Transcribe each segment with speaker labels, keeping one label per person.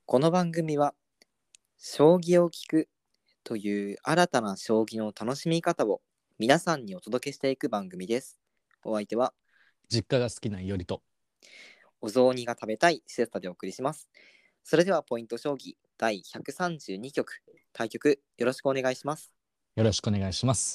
Speaker 1: この番組は将棋を聞くという新たな将棋の楽しみ方を皆さんにお届けしていく番組です。お相手は
Speaker 2: 実家が好きないよりと。
Speaker 1: お雑煮が食べたいシエスタでお送りします。それではポイント将棋第132局対局よろしくお願いします。
Speaker 2: よろしくお願いします。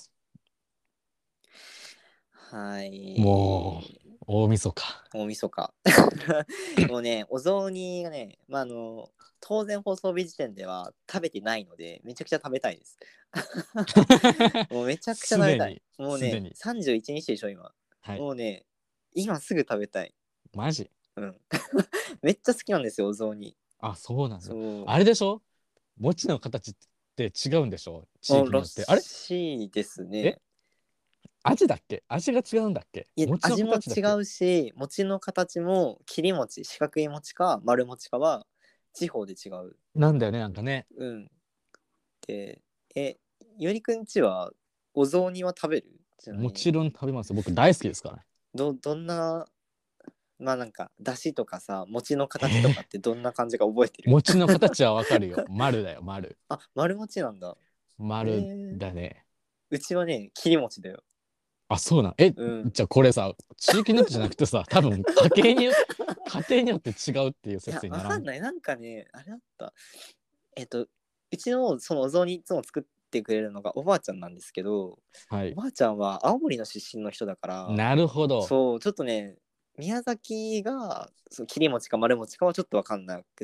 Speaker 1: はい。
Speaker 2: もう大晦日。
Speaker 1: 大晦日もうね、お雑煮がね、当然放送日時点では食べてないのでめちゃくちゃ食べたいですもうめちゃくちゃ食べたい。もうね、
Speaker 2: すでに。
Speaker 1: 31日でしょ今。
Speaker 2: はい。
Speaker 1: もうね、今すぐ食べたい。
Speaker 2: マジ？
Speaker 1: めっちゃ好きなんですよ、お雑煮。
Speaker 2: あ、そうなんだ。
Speaker 1: そう
Speaker 2: あれでしょ？餅の形って違うんでしょ？地域に
Speaker 1: ら
Speaker 2: よって。あれ？
Speaker 1: しいです
Speaker 2: え？
Speaker 1: ね。
Speaker 2: 味だっけ？味が違うんだっけ？
Speaker 1: いや、
Speaker 2: 餅の
Speaker 1: 味も
Speaker 2: 形だっけ？
Speaker 1: 違うし、餅の形も切り餅、四角い餅か丸餅かは地方で違う。
Speaker 2: なんだよね、なんかね。
Speaker 1: で、よりくんちはお雑煮は食べる？ちなみに。
Speaker 2: もちろん食べますよ。僕大好きですからね。
Speaker 1: どんな、なんか、だしとかさ、餅の形とかってどんな感じか覚えてる？
Speaker 2: 餅の形はわかるよ。丸だよ、丸。
Speaker 1: あ、丸餅なんだ。
Speaker 2: 丸だね。
Speaker 1: うちはね、切り餅だよ。
Speaker 2: あ、そうなん。
Speaker 1: うん。
Speaker 2: じゃあこれさ、地域によってじゃなくてさ、多分家庭によって違うっていう
Speaker 1: いや、
Speaker 2: 説にならん？
Speaker 1: わかんない。なんかね、あれだった。うちのそのお雑煮いつも作ってくれるのがおばあちゃんなんですけど、
Speaker 2: はい。
Speaker 1: おばあちゃんは青森の出身の人だから、
Speaker 2: なるほど。
Speaker 1: そう、ちょっとね、宮崎がその切り餅か丸餅かはちょっとわかんなくって、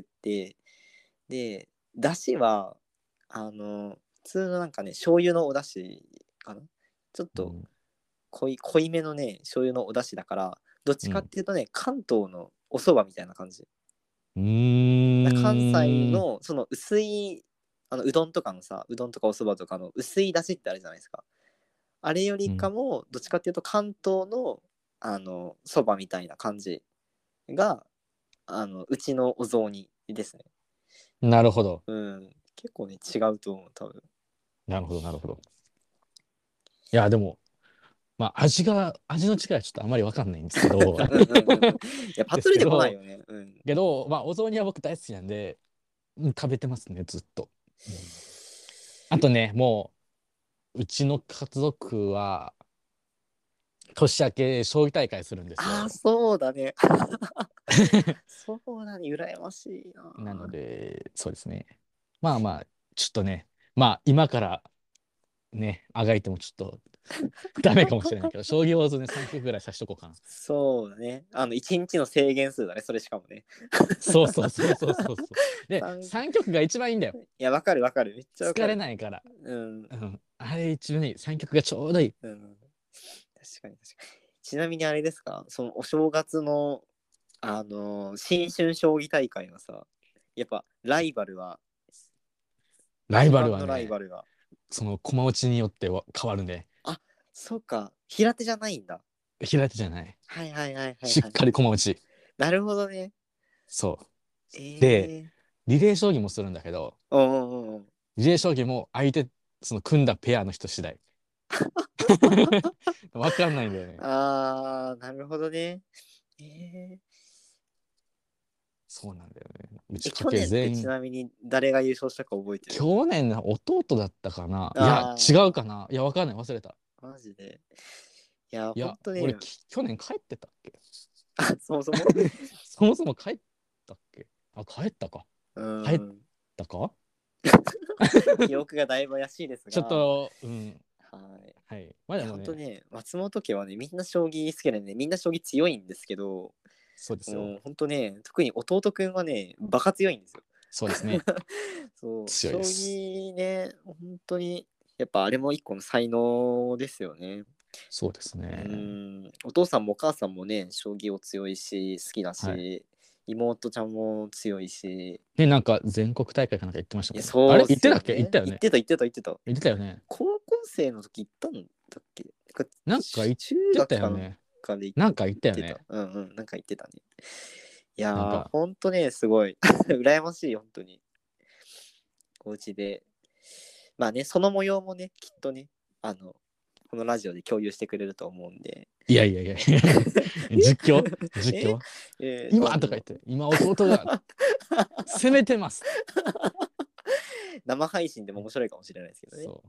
Speaker 1: で、だしは、普通のなんかね、醤油のお出汁かな、ちょっと
Speaker 2: うん。
Speaker 1: 濃いめのね、醤油のお出汁だから、どっちかっ
Speaker 2: うん。
Speaker 1: ていうとね、関東のお蕎麦みたいな感じ。
Speaker 2: うー
Speaker 1: 関西
Speaker 2: ん。
Speaker 1: のその薄い、うどんとかのさ、うどんとかお蕎麦とかの薄い出汁ってあるじゃないですか。あれよりかも、どっちかっていうと関東の、蕎麦みたいな感じが、うちのお雑煮ですね。
Speaker 2: なるほど。
Speaker 1: 結構ね、違うと思う、多分。
Speaker 2: なるほど、なるほど。いや、でも、まあ、味の違いはちょっとあまりわかんないんですけど、
Speaker 1: いや、パッ
Speaker 2: で
Speaker 1: と出てこない
Speaker 2: すけど、
Speaker 1: よね。
Speaker 2: まあ、お雑煮は僕大好きなんで、食べてますね、ずっと。あとね、もう、うちの家族は、年明け、将棋大会するんです
Speaker 1: ああ、
Speaker 2: よ。
Speaker 1: そうだね。そうだね、羨ましい
Speaker 2: なの
Speaker 1: な。
Speaker 2: で、そうですね。まあまあ、ちょっとね、まあ、今からね、あがいてもちょっとダメかもしれないけど、将棋をね、3局ぐらいさしとこうかな。
Speaker 1: そうだね。1日の制限数だね、それしかもね。
Speaker 2: そうそうそうそうそうそう。で、
Speaker 1: 三
Speaker 2: 3局が一番いいんだよ。
Speaker 1: いや、わかるわかる。めっちゃわ
Speaker 2: 疲
Speaker 1: かる。
Speaker 2: れないから。
Speaker 1: うん。
Speaker 2: うん。あれ一番いい。3局がちょうどいい。
Speaker 1: うん。確かに確かに。ちなみにあれですか、そのお正月の、新春将棋大会はさ、やっぱライバルは、
Speaker 2: ライバル
Speaker 1: 一番のライ
Speaker 2: はね、
Speaker 1: バルは。
Speaker 2: その駒落ちによっては変わるね。
Speaker 1: あ、そうか。平手じゃないんだ。
Speaker 2: 平手じゃない。
Speaker 1: はいはいはいはいはい。
Speaker 2: しっかり駒落ち。
Speaker 1: なるほどね。
Speaker 2: そう。で、
Speaker 1: ええ
Speaker 2: リレー将棋もするんだけど、
Speaker 1: ー。うんうんうん。
Speaker 2: リレー将棋も相手、その組んだペアの人次第。わかんないんだよね。
Speaker 1: あー、なるほどね。えー、
Speaker 2: そうなんだよね。うち家
Speaker 1: 去年って
Speaker 2: 系全員。
Speaker 1: ちなみに誰が優勝したか覚えてる？
Speaker 2: 去年の弟だったかな。いや、違
Speaker 1: あ
Speaker 2: うかな。いや、わかんない。忘れた。
Speaker 1: マジで。いや、
Speaker 2: いや、
Speaker 1: ほんとね、
Speaker 2: 俺去年帰ってたっけ？
Speaker 1: そもそも。
Speaker 2: そもそも帰ったっけ？あ、帰ったか。
Speaker 1: う
Speaker 2: 帰っ
Speaker 1: ん。
Speaker 2: たか？
Speaker 1: 記憶がだいぶ怪しいです
Speaker 2: ちょっ
Speaker 1: が、
Speaker 2: と、うん。
Speaker 1: はい。
Speaker 2: はい。まあ
Speaker 1: いや、
Speaker 2: でもね、
Speaker 1: ほんとね、松本家はね、みんな将棋好きでね、みんな将棋強いんですけど、
Speaker 2: そうですよ。
Speaker 1: ほんとね、特に弟くんはね、バカ強いんですよ。
Speaker 2: そうですね。
Speaker 1: そう、
Speaker 2: 強い
Speaker 1: 将
Speaker 2: です。
Speaker 1: 棋ね、本当に、やっぱあれも一個の才能ですよね。
Speaker 2: そうですね。
Speaker 1: お父さんもお母さんもね、将棋を強いし、好きだ
Speaker 2: はい。
Speaker 1: し、妹ちゃんも強いし、
Speaker 2: で、なんか全国大会かなんか行ってました
Speaker 1: いや、
Speaker 2: もんね。あれ
Speaker 1: そうっす
Speaker 2: 行ってたっけ？行っ
Speaker 1: よね。
Speaker 2: たよね。
Speaker 1: 言ってた、言ってた、言ってた。
Speaker 2: 行ってたよね。
Speaker 1: 高校生の時行ったんだっけ？
Speaker 2: なんか行っ
Speaker 1: 中
Speaker 2: てた
Speaker 1: 学かなん
Speaker 2: よね。
Speaker 1: かで行っ
Speaker 2: なんか行ったよ
Speaker 1: てた。
Speaker 2: ね。
Speaker 1: なんか言ってたね。いやー、
Speaker 2: なんか、
Speaker 1: ほんとね、すごい。羨ましい、本当に。お家で。まあね、その模様もね、きっとね、あの、 このラジオで共有してくれると思うんで。
Speaker 2: いやいやいや実況今とか言って、今弟が攻めてます。
Speaker 1: 生配信でも面白いかもしれないですけどね。
Speaker 2: そう。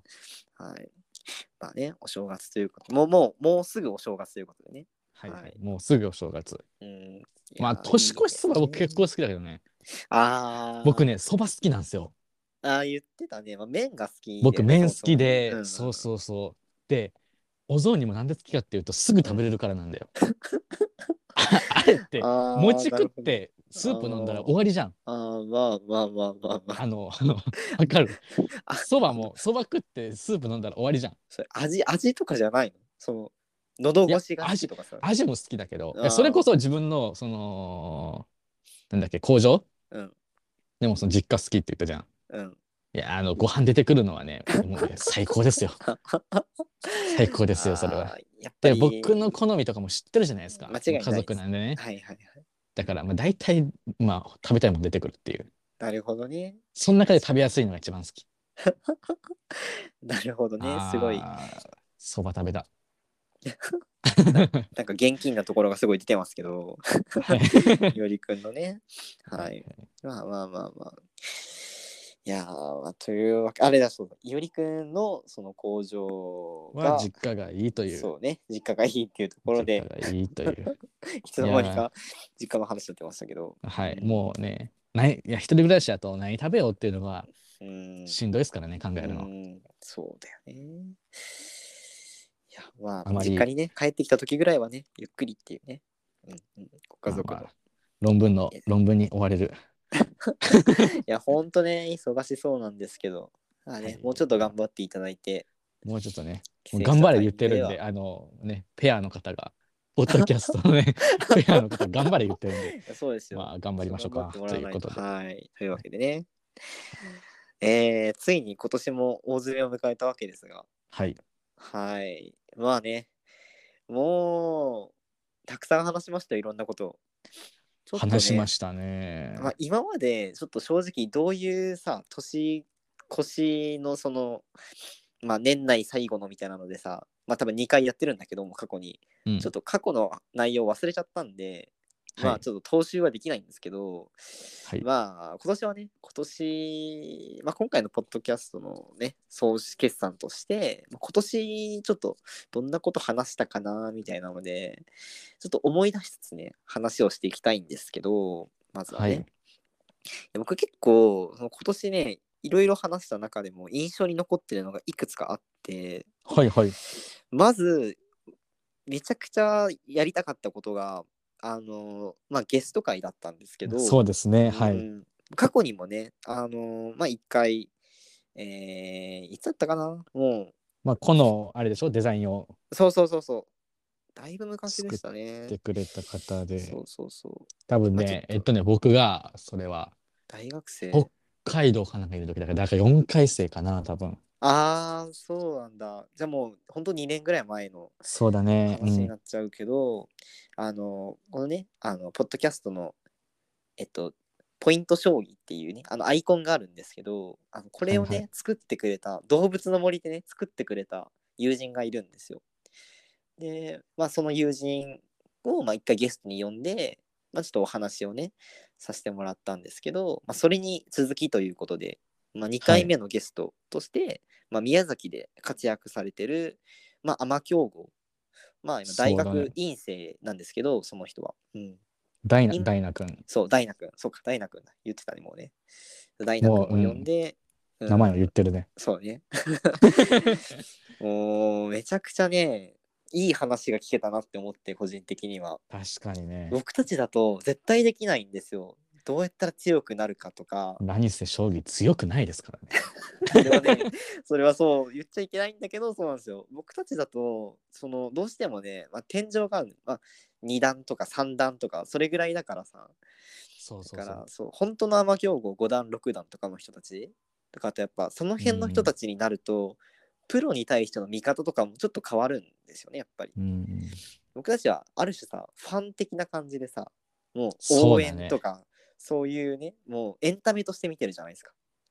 Speaker 1: はい。まあね、お正月ということで、もうすぐお正月ということでね。
Speaker 2: はい、
Speaker 1: はい。
Speaker 2: もうすぐお正月。
Speaker 1: うん。
Speaker 2: まあ年越しそば僕結構好きだけどね。僕ね、そば好きなんですよ。
Speaker 1: 言ってたね。まあ、麺が好き
Speaker 2: 僕、
Speaker 1: だよね。
Speaker 2: 麺好きで、
Speaker 1: そう
Speaker 2: そう。で、お雑煮もなんで好きかっていうと、すぐ食べれるからなんだよ。あれって、餅食ってスープ飲んだら終わりじゃん。
Speaker 1: まあ。
Speaker 2: わかる。そばも、そば食ってスープ飲んだら終わりじゃん。
Speaker 1: それ味とかじゃないの？喉越しが好きとかさ。
Speaker 2: 味も好きだけど、それこそ自分の、なんだっけ、工場でもその実家好きって言ったじゃん。いや、ご飯出てくるのはね、もうね、最高ですよ。最高ですよ、それは。で、僕の好みとかも知ってるじゃないですか。
Speaker 1: 間違いない。
Speaker 2: 家族なんでね。
Speaker 1: はいはいはい。
Speaker 2: だから、大体、食べたいもの出てくるっていう。
Speaker 1: なるほどね。
Speaker 2: その中で食べやすいのが一番好き。
Speaker 1: なるほどね。すごい。
Speaker 2: そば食べた。
Speaker 1: なんか現金なところがすごい出てますけど、いおりくんのね。はい。まあ。いやというわけ、あれだそうだ、いおりくんのその工場が
Speaker 2: 実家がいいという。
Speaker 1: そうね、実家がいいっていうところで、
Speaker 2: 実家がいいという。
Speaker 1: いつの間にか実家の話になってましたけど。
Speaker 2: はい、もうね、一人暮らしだと何食べようっていうのがしんどいですからね、考えるの。
Speaker 1: そうだよね。いや、まあ、実家にね、帰ってきた時ぐらいはね、ゆっくりっていうね。ご家族の。
Speaker 2: 論文に追われる。
Speaker 1: いや、ほんとね、忙しそうなんですけど、もうちょっと頑張っていただいて。
Speaker 2: もうちょっとね、頑張れ言ってるんで、ペアの方が、ポッドキャストのね、ペアの方頑張れ言ってるんで、
Speaker 1: そうですよ。
Speaker 2: 頑張りましょうか、ということで。
Speaker 1: はい。というわけでね。ついに今年も大詰めを迎えたわけですが。
Speaker 2: はい。
Speaker 1: はい。まあね、もう、たくさん話しましたよ、いろんなことを。
Speaker 2: 話しましたね。
Speaker 1: 今までちょっと正直どういうさ、年越しの年内最後のみたいなのでさ、多分2回やってるんだけども、過去に。ちょっと過去の内容忘れちゃったんで、ちょっと踏襲はできないんですけど、今年はね、今回のポッドキャストのね、総決算として、今年ちょっとどんなこと話したかなみたいなので、ちょっと思い出しつつね、話をしていきたいんですけど、まずはね。僕結構、今年ね、いろいろ話した中でも印象に残ってるのがいくつかあって、まず、めちゃくちゃやりたかったことが、ゲスト会だったんですけど、
Speaker 2: そうですね、
Speaker 1: 過去にもね、一回、いつだったかな、も
Speaker 2: う。この、あれでしょ、デザインを。
Speaker 1: そう。だいぶ昔でしたね。
Speaker 2: 作ってくれた方で。
Speaker 1: そう。
Speaker 2: 多分ね、僕が、それは、
Speaker 1: 大学生。
Speaker 2: 北海道かなんかいる時だから、4回生かな、多分。
Speaker 1: そうなんだ。じゃあもう、ほんと2年ぐらい前の
Speaker 2: 話
Speaker 1: になっちゃうけど、このね、ポッドキャストの、ポイント将棋っていうね、アイコンがあるんですけど、これをね、作ってくれた、動物の森でね、作ってくれた友人がいるんですよ。で、その友人を一回ゲストに呼んで、ちょっとお話をね、させてもらったんですけど、それに続きということで、2回目のゲストとして、宮崎で活躍されてる、天京郷。今大学院生なんですけど、その人は。
Speaker 2: ダイナくん。
Speaker 1: そう、ダイナくん。そうか、ダイナくんだ。言ってたね、もうね。ダイナくんを呼んで、
Speaker 2: 名前を言ってるね。
Speaker 1: そうね。もう、めちゃくちゃね、いい話が聞けたなって思って、個人的には。
Speaker 2: 確かにね。
Speaker 1: 僕たちだと絶対できないんですよ。どうやったら強くなるかとか。
Speaker 2: 何せ将棋強くないですからね。
Speaker 1: それはそう言っちゃいけないんだけど、そうなんですよ。僕たちだとどうしてもね、天井がある、2段とか3段とかそれぐらいだからさ。だから本当の天京郷5段6段とかの人たちとかとやっぱその辺の人たちになると、プロに対しての見方とかもちょっと変わるんですよね、やっぱり。僕たちはある種さ、ファン的な感じでさ、もう応援とかそういうね、もうエンタメとして見てるじゃないですか。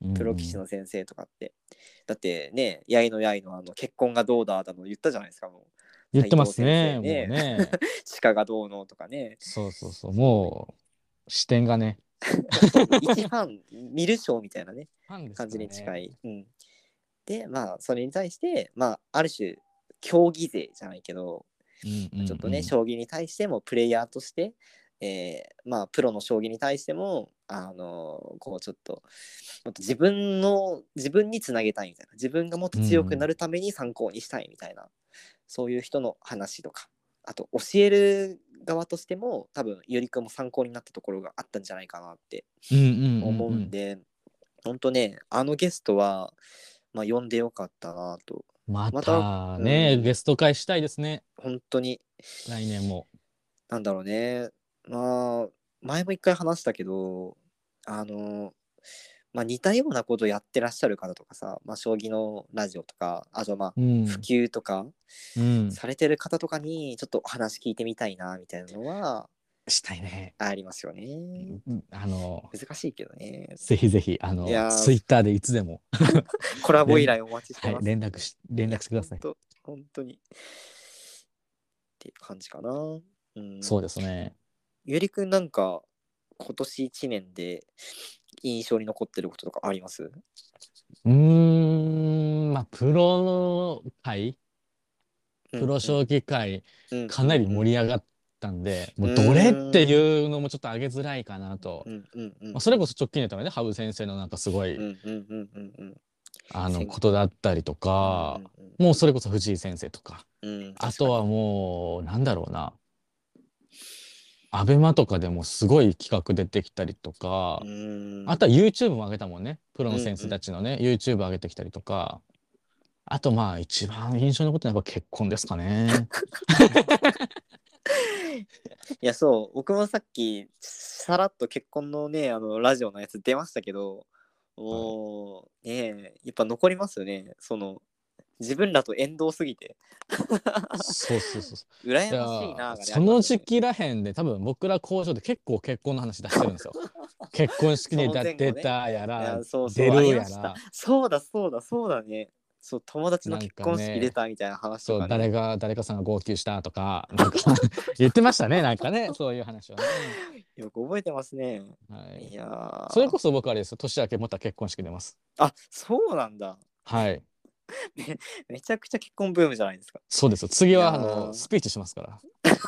Speaker 1: プロ棋士の先生とかって。だってね、やいのやいの結婚がどうだだの言ったじゃないですか、もう。
Speaker 2: 言ってますね、
Speaker 1: 斉藤先生
Speaker 2: もうね。
Speaker 1: 鹿がどうのとかね。
Speaker 2: そうそうそう、もう視点がね、
Speaker 1: 一ファン、見る賞みたいなね、
Speaker 2: ファンです
Speaker 1: 感じ
Speaker 2: からね。
Speaker 1: に近い。で、まあ、それに対して、まあ、ある種、競技勢じゃないけど、ちょっとね、将棋に対してもプレイヤーとして、まあ、プロの将棋に対しても、こうちょっと、もっと自分につなげたいみたいな、自分がもっと強くなるために参考にしたいみたいな、そういう人の話とか、あと教える側としても多分ゆりくんも参考になったところがあったんじゃないかなって思うんで、本当ね、ゲストは、まあ、呼んでよかったなと。
Speaker 2: またね、ゲスト会したいですね。
Speaker 1: 本当に。
Speaker 2: 来年も。
Speaker 1: なんだろうね。まあ、前も一回話したけど、まあ、似たようなことをやってらっしゃる方とかさ、まあ、将棋のラジオとか、あとまあ、普及とかされてる方とかにちょっとお話聞いてみたいなみたいなのは
Speaker 2: したいね。
Speaker 1: ありますよね。難しいけどね。
Speaker 2: ぜひぜひ、ツイッターでいつでも
Speaker 1: コラボ依頼お待ちしてます。
Speaker 2: 連絡してください。
Speaker 1: 本当に。っていう感じかな。
Speaker 2: そうですね。
Speaker 1: ゆりくんなんか今年1年で印象に残ってることとかあります？
Speaker 2: まあプロ会、プロ将棋界、かなり盛り上がったんで、もうどれっていうのもちょっと上げづらいかなと。それこそ直近で言ったらね、羽生先生のなんかすごいことだったりとか、もうそれこそ藤井先生とか、あとはもうなんだろうな、アベマとかでもすごい企画出てきたりとか、あとは YouTube も上げたもんね、プロの先生たちのね、YouTube 上げてきたりとか、あとまあ一番印象に残ってるのは結婚ですかね。
Speaker 1: いや、そう、僕もさっきさらっと結婚のね、ラジオのやつ出ましたけど、もうね、やっぱ残りますよね、その自分らと縁遠すぎて。
Speaker 2: そうそうそう。
Speaker 1: 羨ましいな、
Speaker 2: その時期らへんで多分僕ら工場で結構結婚の話出してるんですよ。結婚式に出たやら、出るやら。
Speaker 1: そうだね。そう、友達の結婚式出たみたいな話とか
Speaker 2: ね。誰かさんが号泣したとか、なんか言ってましたね、なんかね、そういう話はね。
Speaker 1: よく覚えてますね。
Speaker 2: いやそれこそ僕あれですよ、年明けまた結婚式出ます。
Speaker 1: あ、そうなんだ。
Speaker 2: はい。
Speaker 1: めちゃくちゃ結婚ブームじゃないですか。
Speaker 2: そうですよ。次はスピーチしますから。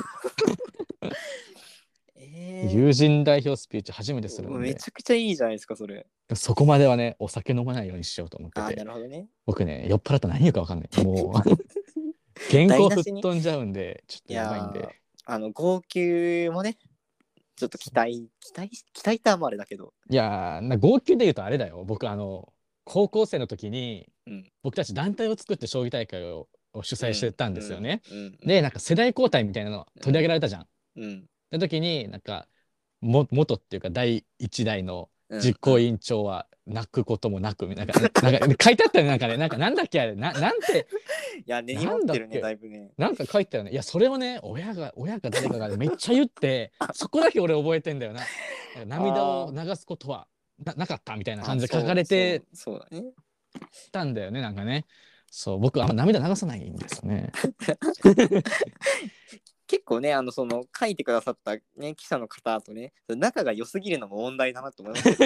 Speaker 2: 友人代表スピーチ初めてするんで。
Speaker 1: めちゃくちゃいいじゃないですか、それ。
Speaker 2: そこまではね、お酒飲まないようにしようと思ってて。
Speaker 1: なるほどね。
Speaker 2: 僕ね、酔っ払ったら何言うか分かんない。もう原稿吹っ飛んじゃうんで、ちょっとやばいんで。
Speaker 1: 号泣もね、ちょっと期待ってあんまあれだけど。
Speaker 2: いや号泣で言うとあれだよ。僕高校生の時に、僕たち団体を作って将棋大会を主催してたんですよね。で、なんか世代交代みたいなの取り上げられたじゃん。って時に、なんか、元っていうか第一代の実行委員長は泣くこともなく、なんか書いてあったよね、なんだっけあれ、なんて。
Speaker 1: いや、根に持ってるね、だいぶね。
Speaker 2: なんか書いてあるね。いや、それをね、親か誰かがめっちゃ言って、そこだけ俺覚えてんだよな。涙を流すことはなかったみたいな感じで書かれてたんだよね、なんかね。そう、僕は涙流さないんですよね。
Speaker 1: 結構ね、その書いてくださったね、記者の方とね、仲が良すぎるのも問題だなと思いました。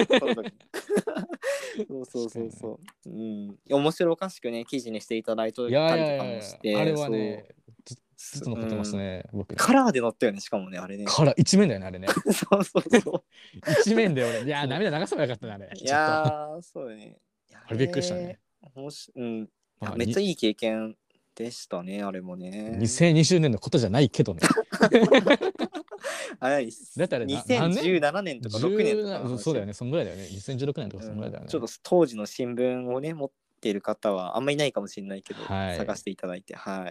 Speaker 1: そう。面白おかしくね、記事にしていただいたりとかもして。
Speaker 2: あれはね、ずっと残ってますね、僕。
Speaker 1: カラーで載ったよね、しかもね、あれね。
Speaker 2: カラー、一面だよね、あれね。
Speaker 1: そう。
Speaker 2: 一面で俺、いや、涙流せばよかったね、あれ。
Speaker 1: いやそうだね。
Speaker 2: あれびっくりしたね。
Speaker 1: めっちゃいい経験でしたね、あれもね。
Speaker 2: 2020年のことじゃないけどね。
Speaker 1: だったら2017年とか6年とか。
Speaker 2: そうだよね、そんぐらいだよね。2016年とかそんぐらいだよね。
Speaker 1: ちょっと当時の新聞をね、持っている方はあんまりいないかもしれないけど、探していただいて、はい。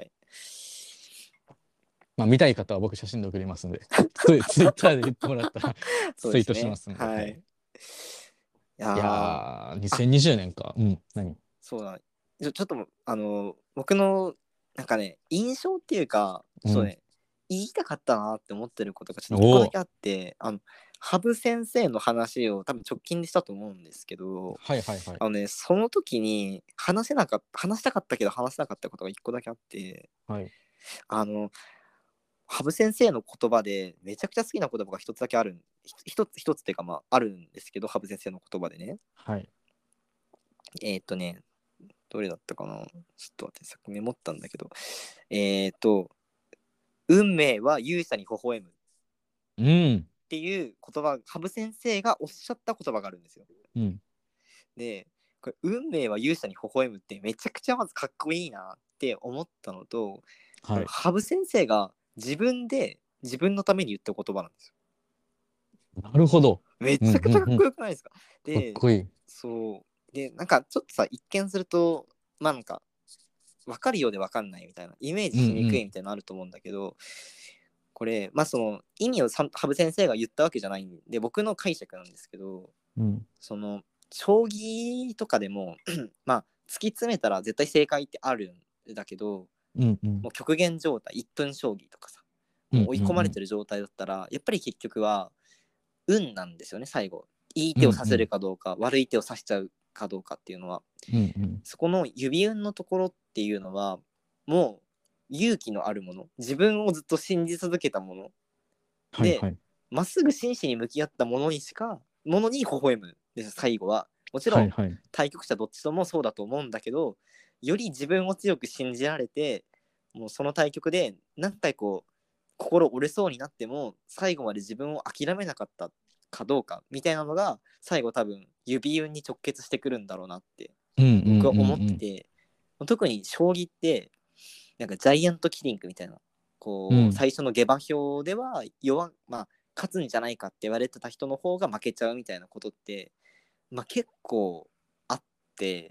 Speaker 2: まあ見たい方は僕写真で送りますんで、ツイッターで言ってもらったらツイートしますんで。はい。いや2020年か。何？
Speaker 1: そうだ。ちょっと僕のなんかね、印象っていうか、そうね、言いたかったなって思ってることがちょっと1個だけあって、 羽生先生の話を多分直近でしたと思うんですけど、
Speaker 2: はいはいはい。
Speaker 1: その時に話したかったけど話せなかったことが一個だけあって、
Speaker 2: はい。
Speaker 1: あの羽生先生の言葉でめちゃくちゃ好きな言葉が一つだけある一つっていうかあるんですけど、羽生先生の言葉でね、
Speaker 2: はい。
Speaker 1: ね、どれだったかな、ちょっと待って、さっきメモったんだけど、えっと運命は勇者に微笑むっ
Speaker 2: うん。
Speaker 1: ていう言葉、羽生先生がおっしゃった言葉があるんですよ。
Speaker 2: うん。
Speaker 1: で、これ運命は勇者に微笑むってめちゃくちゃまずかっこいいなって思ったのと、こ
Speaker 2: はい。
Speaker 1: れ羽生先生が自分で自分のために言った言葉なんですよ。
Speaker 2: なるほど。
Speaker 1: め
Speaker 2: うん
Speaker 1: ちゃくちゃかっ
Speaker 2: うんうん。
Speaker 1: こよくないですか？で、
Speaker 2: かっこいい。
Speaker 1: そうで、なんかちょっとさ、一見するとなんか分かるようで分かんないみたいな、イメージ
Speaker 2: うんう
Speaker 1: しにくい
Speaker 2: ん。
Speaker 1: みたいなのあると思うんだけど、これその意味を羽生先生が言ったわけじゃないんで、僕の解釈なんですけど、
Speaker 2: うん。
Speaker 1: その将棋とかでも突き詰めたら絶対正解ってあるんだけど、
Speaker 2: うんうん。
Speaker 1: もう極限状態、1分将棋とかさ、
Speaker 2: うん
Speaker 1: もう追い込まれ
Speaker 2: うんうん。
Speaker 1: てる状態だったらやっぱり結局は運なんですよね。最後いい
Speaker 2: うんう
Speaker 1: 手を指せる
Speaker 2: ん。
Speaker 1: かどうか、悪い手を指しちゃうかどうかっていうのは、
Speaker 2: うんうん。
Speaker 1: そこの指運のところっていうのはもう勇気のあるもの、自分をずっと信じ続けたもので、
Speaker 2: はいはい。
Speaker 1: まっすぐ真摯に向き合ったものに微笑むです。最後はもちろん
Speaker 2: はいはい。
Speaker 1: 対局者どっちともそうだと思うんだけど、より自分を強く信じられて、もうその対局で何回心折れそうになっても最後まで自分を諦めなかったかどうかみたいなのが最後多分指運に直結してくるんだろうなって
Speaker 2: うんうんうん
Speaker 1: 僕は思って
Speaker 2: うん。
Speaker 1: て、特に将棋ってなんかジャイアントキリングみたいな、
Speaker 2: うん。
Speaker 1: 最初の下馬評では勝つんじゃないかって言われてた人の方が負けちゃうみたいなことって、結構あって、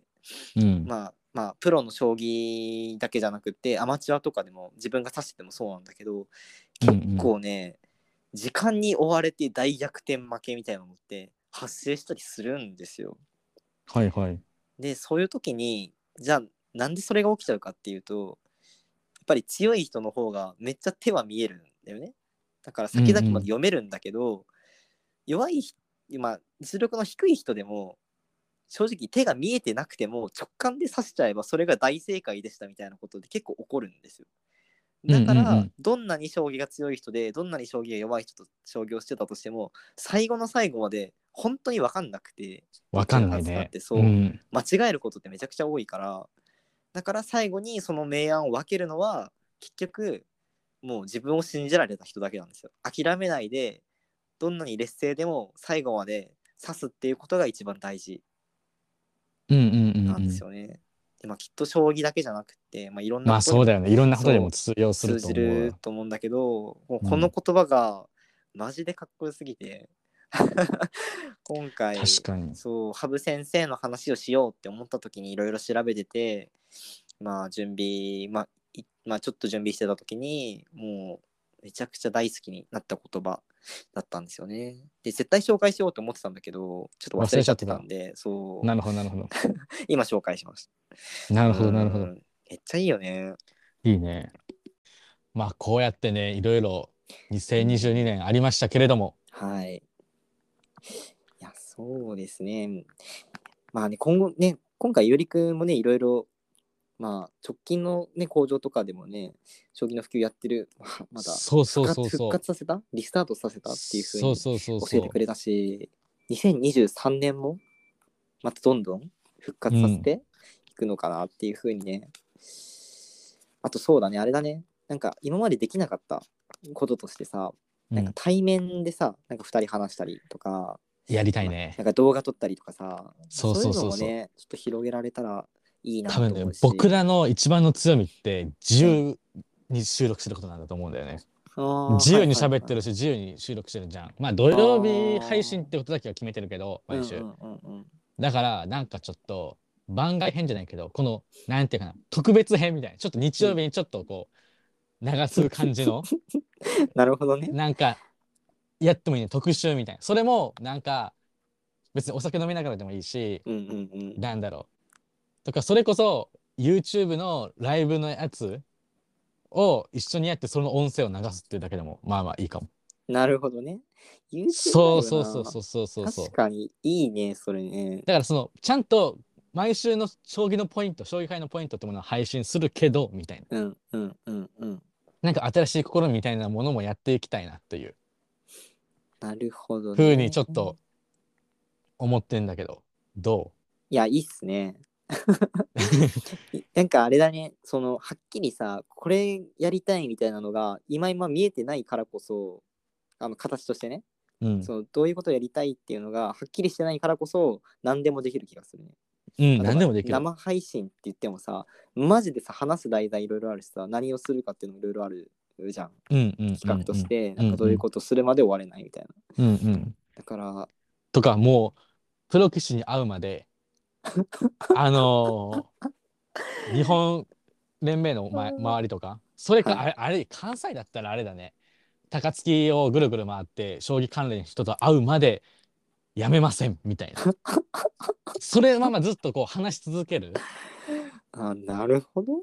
Speaker 2: うん。
Speaker 1: プロの将棋だけじゃなくてアマチュアとかでも自分が指しててもそうなんだけど、結
Speaker 2: うんうん。
Speaker 1: 構ね時間に追われて大逆転負けみたいなのって発生したりするんですよ。
Speaker 2: はいはい。
Speaker 1: でそういう時にじゃあなんでそれが起きちゃうかっていうと、やっぱり強い人の方がめっちゃ手は見えるんだよね。だから
Speaker 2: うんう
Speaker 1: 先々まで
Speaker 2: ん。
Speaker 1: 読めるんだけど、弱い実力の低い人でも正直手が見えてなくても直感で指しちゃえばそれが大正解でしたみたいなことで結構起こるんですよ。
Speaker 2: うん
Speaker 1: だから
Speaker 2: うんうん。
Speaker 1: どんなに将棋が強い人でどんなに将棋が弱い人と将棋をしてたとしても最後の最後まで本当に分かんなくて、どっ
Speaker 2: わか
Speaker 1: ちが
Speaker 2: んないね。
Speaker 1: 勝つかって
Speaker 2: うん。
Speaker 1: 間違えることってめちゃくちゃ多いから、だから最後にその明暗を分けるのは結局もう自分を信じられた人だけなんですよ。諦めないでどんなに劣勢でも最後まで指すっていうことが一番大事
Speaker 2: うんうんうん
Speaker 1: なんで
Speaker 2: うん。
Speaker 1: すよね。できっと将棋だけじゃなくて、いろんな
Speaker 2: まあ
Speaker 1: ことでも
Speaker 2: そうだよね。いろんなことでも
Speaker 1: そう
Speaker 2: 通用する
Speaker 1: 通じ
Speaker 2: と思うわ。
Speaker 1: ると思うんだけど、もうこの
Speaker 2: うん。
Speaker 1: 言葉がマジでかっこよすぎて今回
Speaker 2: 確かに。
Speaker 1: 羽生先生の話をしようって思った時にいろいろ調べてて、準備ちょっと準備してた時にもうめちゃくちゃ大好きになった言葉だったんですよね。で絶対紹介しようと思ってたんだけどちょっと忘
Speaker 2: 忘
Speaker 1: れちゃっ
Speaker 2: れちゃってた。
Speaker 1: てたんで、
Speaker 2: なるほどなるほど。
Speaker 1: 今紹介しました。
Speaker 2: なるほどなるほど。
Speaker 1: めっちゃいいよね。
Speaker 2: いいね。まあこうやってね、いろいろ2022
Speaker 1: うん、
Speaker 2: 年ありましたけれども。
Speaker 1: はい。いや、そうですね。今後ね、今回、ゆりくんもね、いろいろ、直近のね、工場とかでもね、将棋の普及やってる、まだ
Speaker 2: そうそうそう
Speaker 1: 復
Speaker 2: そう。
Speaker 1: 活させたリスタートさせたっていう風に
Speaker 2: そうそうそうそ
Speaker 1: 教えてくれたし、2023年も、またどんどん復
Speaker 2: う。うん。
Speaker 1: 活させていくのかなっていう風にね。あとそうだね、あれだね。なんか今までできなかったこととしてさ、なんか
Speaker 2: うん。
Speaker 1: 対面でさ、なんか2人話したりとか、
Speaker 2: やりたいね。
Speaker 1: なんか動画撮ったりとかさ、
Speaker 2: そう
Speaker 1: そういうの
Speaker 2: そうそうそう。
Speaker 1: もね、ちょっと広げられたらいいなと思
Speaker 2: 多分ね、
Speaker 1: うし、
Speaker 2: 僕らの一番の強みって自
Speaker 1: うん。
Speaker 2: 由に収録してることなんだと思うんだよね。
Speaker 1: ああ、
Speaker 2: 自由に
Speaker 1: はいはいはい。
Speaker 2: 喋ってるし、自由に収録してるじゃん。まあ土
Speaker 1: あ
Speaker 2: 曜日配
Speaker 1: あ、
Speaker 2: 信ってことだけは決めてるけど、毎週。
Speaker 1: うんうんうんうん。
Speaker 2: だからなんかちょっと番外編じゃないけど、この、なんていうかな、特別編みたいな、ちょっと日
Speaker 1: うん。
Speaker 2: 曜日にちょっとこう、流す感じの、
Speaker 1: なるほどね。
Speaker 2: なんかやってもいいね、特集みたいな。それもなんか別にお酒飲みながらでもいいし、
Speaker 1: うんうんうん。
Speaker 2: なんだろう。とか、それこそ YouTube のライブのやつを一緒にやってその音声を流すっていうだけでもまあまあいいかも。
Speaker 1: なるほどね。YouTube
Speaker 2: そう
Speaker 1: ライブな。
Speaker 2: そうそうそうそうそうそう
Speaker 1: 確かにいいね、それね。
Speaker 2: だからそのちゃんと毎週の将棋のポイント将棋界のポイントってものを配信するけどみたいな
Speaker 1: うんうんうんうん。
Speaker 2: なんか新しい試みみたいなものもやっていきたいなっていう
Speaker 1: なるほど
Speaker 2: ふうに
Speaker 1: ね。
Speaker 2: ちょっと思ってんだけどど
Speaker 1: いや、いいっすね。なんかあれだね、そのはっきりさ、これやりたいみたいなのが今見えてないからこそ、形としてね、
Speaker 2: ううん
Speaker 1: そのどういうことをやりたいっていうのがはっきりしてないからこそ、何でもできる気がするね。
Speaker 2: うん
Speaker 1: 例えば
Speaker 2: 何でもできる
Speaker 1: 生配信って言ってもさ、マジでさ、話す題材いろいろあるしさ、何をするかっていうのもいろいろあるじゃん。
Speaker 2: うんうん
Speaker 1: 企画として、
Speaker 2: うん
Speaker 1: なんかどういうことするまで終われないみたいな。
Speaker 2: うんうん
Speaker 1: だから、
Speaker 2: とかもうプロ棋士に会うまであの日本連盟の、周りとかそれか、
Speaker 1: はい。
Speaker 2: あれ関西だったらあれだね高槻をぐるぐる回って将棋関連の人と会うまでやめませんみたいなそれままずっとこう話し続ける
Speaker 1: あ、なるほど。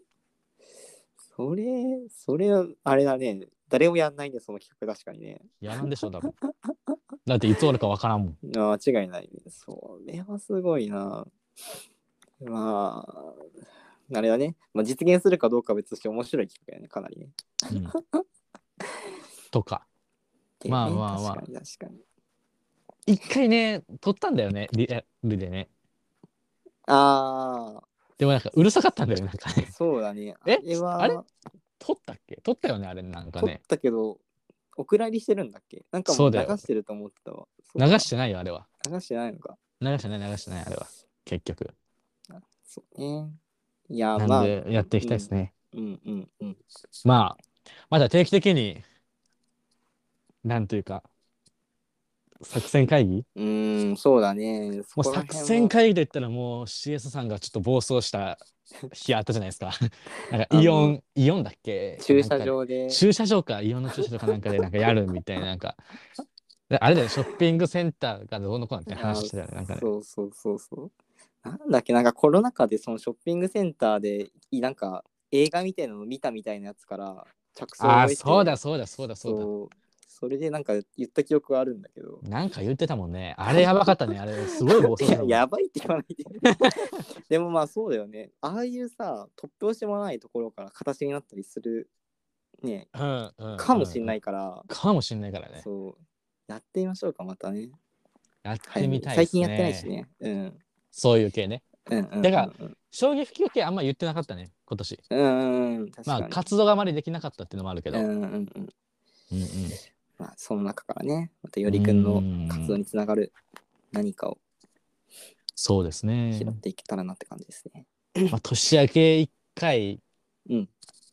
Speaker 1: それは、あれだね。誰もやんないね、その企画確かにね。
Speaker 2: やらんでしょ多分だっていつ終わるかわからんもん
Speaker 1: 間違いないね。それはすごいな。まあ、あれだね。まあ、実現するかどうかは別として面白い企画やね、かなりね。
Speaker 2: うんとか
Speaker 1: っていう
Speaker 2: まあ
Speaker 1: ね、
Speaker 2: まあまあ
Speaker 1: 確かに確かに。
Speaker 2: 一回ね撮ったんだよねリアルでね
Speaker 1: あ
Speaker 2: でもなんかうるさかったんだよねなんかね
Speaker 1: そうだね。あ
Speaker 2: え
Speaker 1: れ
Speaker 2: あれ
Speaker 1: は、
Speaker 2: 撮ったっけ撮ったよねあれなんか
Speaker 1: 撮っ
Speaker 2: ね
Speaker 1: たけど、お蔵入りしてるんだっけ？なんかもう流
Speaker 2: そうだよ
Speaker 1: してると思ってたわ。そ
Speaker 2: 流
Speaker 1: うか
Speaker 2: してないよあれは
Speaker 1: 流してないのか。
Speaker 2: 流してない流してないあれは結局
Speaker 1: そうね。いや、
Speaker 2: なん
Speaker 1: まあ、
Speaker 2: でやっていき
Speaker 1: うん、
Speaker 2: たいですね
Speaker 1: うんうんうん。
Speaker 2: まあまだ定期的になんというか作戦会議
Speaker 1: そうだね。そこら
Speaker 2: もう作
Speaker 1: 辺は、
Speaker 2: 戦会議で言ったらもう CS さんがちょっと暴走した日あったじゃないですかなんか
Speaker 1: あの、
Speaker 2: イオンだっけか
Speaker 1: 駐車
Speaker 2: なんかで
Speaker 1: 場で、
Speaker 2: 駐車場かイオンの駐車場かなんかでなんかやるみたいななんかであれだよねショッピングセンターがどうのこうのって話してたよねなんかね
Speaker 1: そうそうそうそう。なんだっけ、なんかコロナ禍でそのショッピングセンターで、なんか映画みたいなの見たみたいなやつから着想を
Speaker 2: ああ
Speaker 1: 得て、
Speaker 2: そうだそうだそうだそうだ
Speaker 1: そう、それでなんか言った記憶はあるんだけど、
Speaker 2: なんか言ってたもんねあれやばかったねあれすごい暴走
Speaker 1: いや、
Speaker 2: したもんね
Speaker 1: やばいって言わないで。でもまあそうだよね。ああいうさ、突拍子もないところから形になったりするね、
Speaker 2: うんうん
Speaker 1: かもしんな
Speaker 2: うんうん
Speaker 1: いから、
Speaker 2: かもしんないからね
Speaker 1: そう、やってみましょうか、またね。
Speaker 2: やって
Speaker 1: 早めに。
Speaker 2: みたいです
Speaker 1: 最近やってないし
Speaker 2: ね
Speaker 1: ね。うん
Speaker 2: そういう系ね
Speaker 1: うんうん
Speaker 2: だから
Speaker 1: うん
Speaker 2: 将棋普及系あんま言ってなかったね今年
Speaker 1: うんうんうん確
Speaker 2: まあ
Speaker 1: かに。
Speaker 2: 活動があまりできなかったっていうのもあるけど
Speaker 1: うんうんうん。
Speaker 2: うんうん
Speaker 1: まあその中からね、またよ
Speaker 2: うー
Speaker 1: りくんの活動
Speaker 2: ん
Speaker 1: につながる何かを
Speaker 2: そうですね
Speaker 1: 拾っていけたらなって感じですね。
Speaker 2: まあ年明け1回
Speaker 1: うん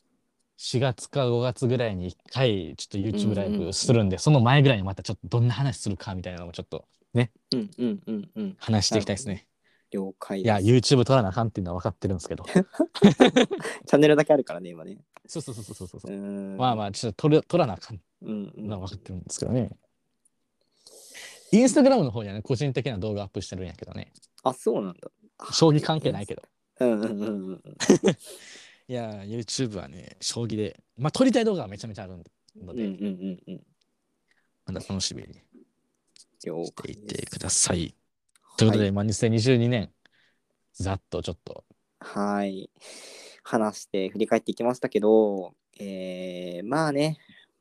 Speaker 2: 4月か5月ぐらいに1回ちょっと
Speaker 1: うん
Speaker 2: YouTube ライ
Speaker 1: うん
Speaker 2: ブするんで、その前ぐらいにまたちょっとどんな話するかみたいなのもちょっとね
Speaker 1: うんうんうんうん。
Speaker 2: 話していきたいですね。
Speaker 1: 了解
Speaker 2: いや
Speaker 1: です。
Speaker 2: YouTube 撮らなあかんっていうのは分かってるんですけど
Speaker 1: チャンネルだけあるからね、今ね。
Speaker 2: そうそうそうそうそうそう
Speaker 1: うん
Speaker 2: まあまあちょっと撮らなあかん
Speaker 1: うんうん。
Speaker 2: のは分かってるんですけどね。インスタグラムの方にはね個人的な動画アップしてるんやけどね
Speaker 1: あ、そうなんだ。
Speaker 2: 将棋関係ないけど
Speaker 1: うんうんうんうん。
Speaker 2: いや YouTube はね将棋でまあ撮りたい動画はめちゃめちゃあるので、
Speaker 1: うんうんうんうん。
Speaker 2: まだ楽しみに
Speaker 1: 了
Speaker 2: してい
Speaker 1: 解です。
Speaker 2: てください。ということで、まあ、2022年ざっとちょっと
Speaker 1: はい。話して振り返っていきましたけど、まあね、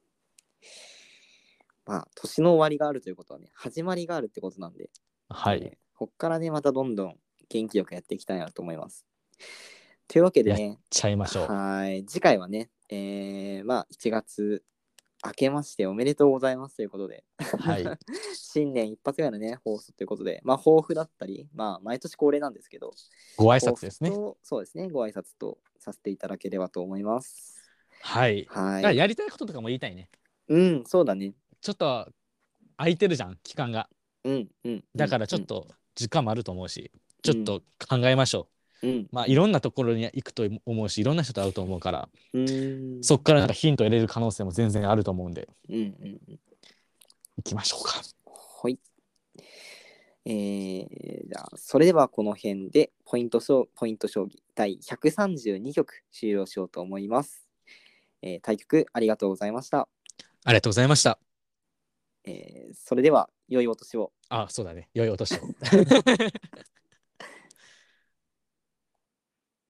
Speaker 1: まあ、年の終わりがあるということはね、始まりがあるってことなんで、
Speaker 2: はい
Speaker 1: こっからね、またどんどん元気よくやっていきたいなと思います。というわけで
Speaker 2: やっ
Speaker 1: ね、
Speaker 2: ちゃいましょう。
Speaker 1: はい、次回はね、まあ、1月明けましておめでとうございますということで、
Speaker 2: はい。
Speaker 1: 新年一発目のね、放送ということで、まあ、抱負だったり、まあ、毎年恒例なんですけど、
Speaker 2: ご挨拶ですね。
Speaker 1: 抱負とそうですね、ご挨拶とさせていただければと思います。
Speaker 2: はい。
Speaker 1: はい。
Speaker 2: やりたいこととかも言いたいね。
Speaker 1: うん、そうだね。
Speaker 2: ちょっと空いてるじゃん、期間が。
Speaker 1: うん、うん。
Speaker 2: だからちょっと時間もあると思うし、ちょっと考えましょ
Speaker 1: うん、
Speaker 2: う。まあ、いろんなところに行くと思うし、いろんな人と会うと思うから、
Speaker 1: うん、
Speaker 2: そっからなんかヒントを得れる可能性も全然あると思うんで、
Speaker 1: うん、うん。
Speaker 2: 行きましょうか。
Speaker 1: はい。じゃあ、それではこの辺でポイント将棋第132局終了しようと思います。対局ありがとうございました。
Speaker 2: ありがとうございました。
Speaker 1: それでは良いお年を。
Speaker 2: あ、そうだね。良いお年を。